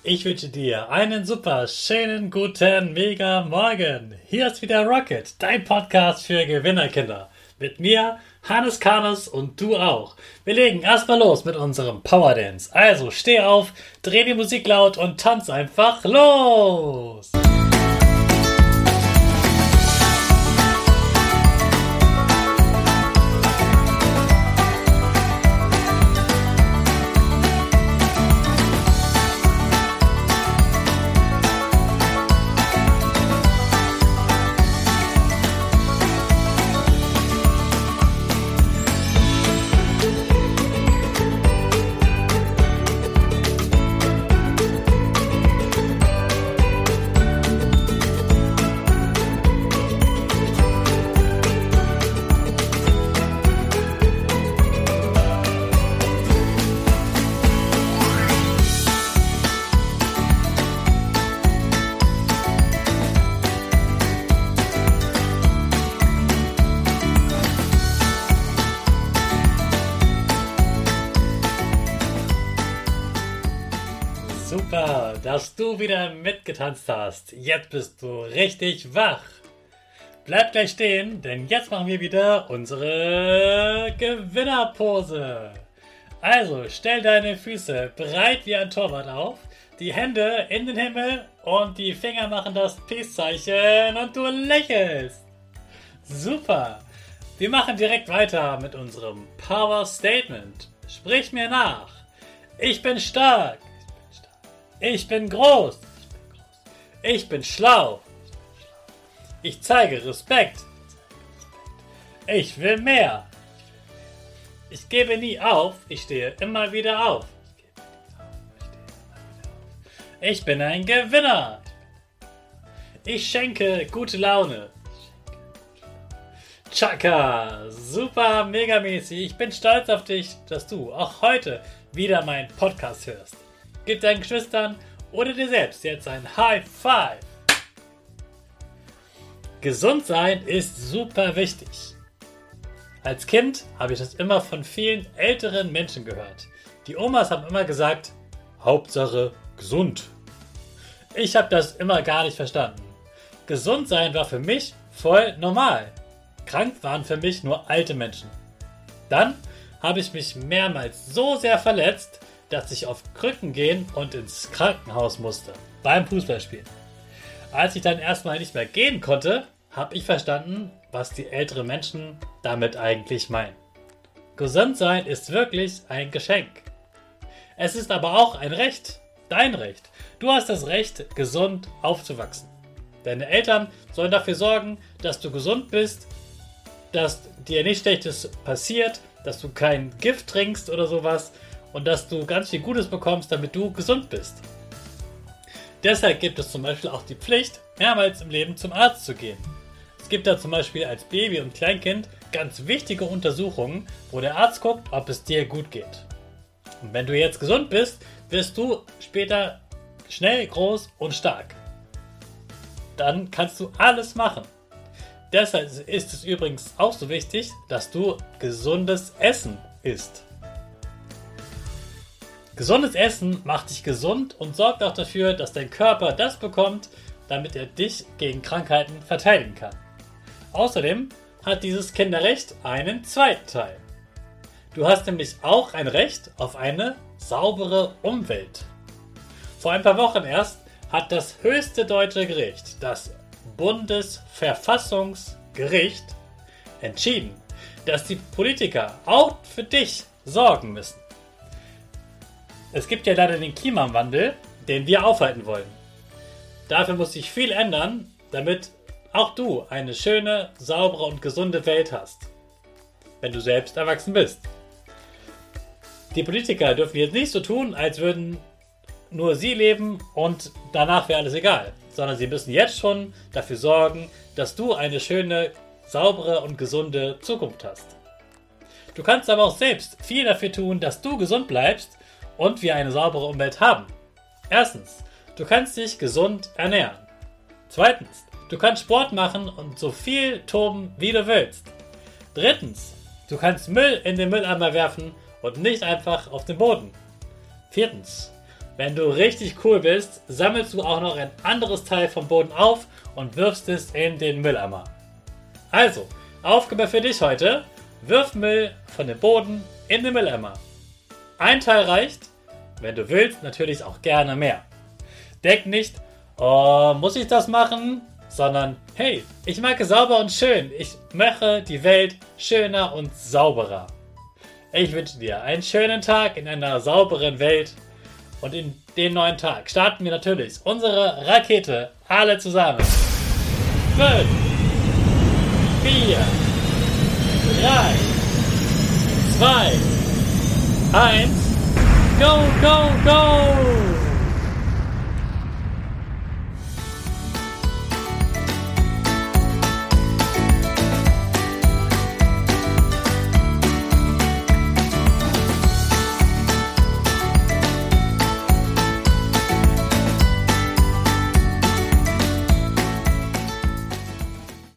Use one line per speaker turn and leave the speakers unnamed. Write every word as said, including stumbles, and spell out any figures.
Ich wünsche dir einen super schönen guten mega Morgen. Hier ist wieder Rocket, dein Podcast für Gewinnerkinder. Mit mir, Hannes Karnes und du auch. Wir legen erstmal los mit unserem Power Dance. Also steh auf, dreh die Musik laut und tanz einfach los. Super, dass du wieder mitgetanzt hast. Jetzt bist du richtig wach. Bleib gleich stehen, denn jetzt machen wir wieder unsere Gewinnerpose. Also stell deine Füße breit wie ein Torwart auf, die Hände in den Himmel und die Finger machen das Peace-Zeichen und du lächelst. Super. Wir machen direkt weiter mit unserem Power Statement. Sprich mir nach. Ich bin stark. Ich bin groß. Ich bin schlau. Ich zeige Respekt. Ich will mehr. Ich gebe nie auf. Ich stehe immer wieder auf. Ich bin ein Gewinner. Ich schenke gute Laune. Chaka, super megamäßig. Ich bin stolz auf dich, dass du auch heute wieder meinen Podcast hörst. Gib deinen Geschwistern oder dir selbst jetzt ein High Five. Gesund sein ist super wichtig. Als Kind habe ich das immer von vielen älteren Menschen gehört. Die Omas haben immer gesagt, Hauptsache gesund. Ich habe das immer gar nicht verstanden. Gesund sein war für mich voll normal. Krank waren für mich nur alte Menschen. Dann habe ich mich mehrmals so sehr verletzt, dass ich auf Krücken gehen und ins Krankenhaus musste, beim Fußballspielen. Als ich dann erstmal nicht mehr gehen konnte, habe ich verstanden, was die älteren Menschen damit eigentlich meinen. Gesund sein ist wirklich ein Geschenk. Es ist aber auch ein Recht, dein Recht. Du hast das Recht, gesund aufzuwachsen. Deine Eltern sollen dafür sorgen, dass du gesund bist, dass dir nichts Schlechtes passiert, dass du kein Gift trinkst oder sowas, und dass du ganz viel Gutes bekommst, damit du gesund bist. Deshalb gibt es zum Beispiel auch die Pflicht, mehrmals im Leben zum Arzt zu gehen. Es gibt da zum Beispiel als Baby und Kleinkind ganz wichtige Untersuchungen, wo der Arzt guckt, ob es dir gut geht. Und wenn du jetzt gesund bist, wirst du später schnell, groß und stark. Dann kannst du alles machen. Deshalb ist es übrigens auch so wichtig, dass du gesundes Essen isst. Gesundes Essen macht dich gesund und sorgt auch dafür, dass dein Körper das bekommt, damit er dich gegen Krankheiten verteidigen kann. Außerdem hat dieses Kinderrecht einen zweiten Teil. Du hast nämlich auch ein Recht auf eine saubere Umwelt. Vor ein paar Wochen erst hat das höchste deutsche Gericht, das Bundesverfassungsgericht, entschieden, dass die Politiker auch für dich sorgen müssen. Es gibt ja leider den Klimawandel, den wir aufhalten wollen. Dafür muss sich viel ändern, damit auch du eine schöne, saubere und gesunde Welt hast, wenn du selbst erwachsen bist. Die Politiker dürfen jetzt nicht so tun, als würden nur sie leben und danach wäre alles egal, sondern sie müssen jetzt schon dafür sorgen, dass du eine schöne, saubere und gesunde Zukunft hast. Du kannst aber auch selbst viel dafür tun, dass du gesund bleibst und wir eine saubere Umwelt haben. Erstens, du kannst dich gesund ernähren. Zweitens, du kannst Sport machen und so viel toben, wie du willst. Drittens, du kannst Müll in den Mülleimer werfen und nicht einfach auf den Boden. Viertens, Wenn du richtig cool bist, sammelst du auch noch ein anderes Teil vom Boden auf und wirfst es in den Mülleimer. Also, Aufgabe für dich heute: Wirf Müll von dem Boden in den Mülleimer. Ein Teil reicht, wenn du willst, natürlich auch gerne mehr. Denk nicht, oh, muss ich das machen? Sondern, hey, ich mag es sauber und schön. Ich mache die Welt schöner und sauberer. Ich wünsche dir einen schönen Tag in einer sauberen Welt. Und in den neuen Tag starten wir natürlich unsere Rakete alle zusammen. fünf, vier, drei, zwei, eins, go, go, go!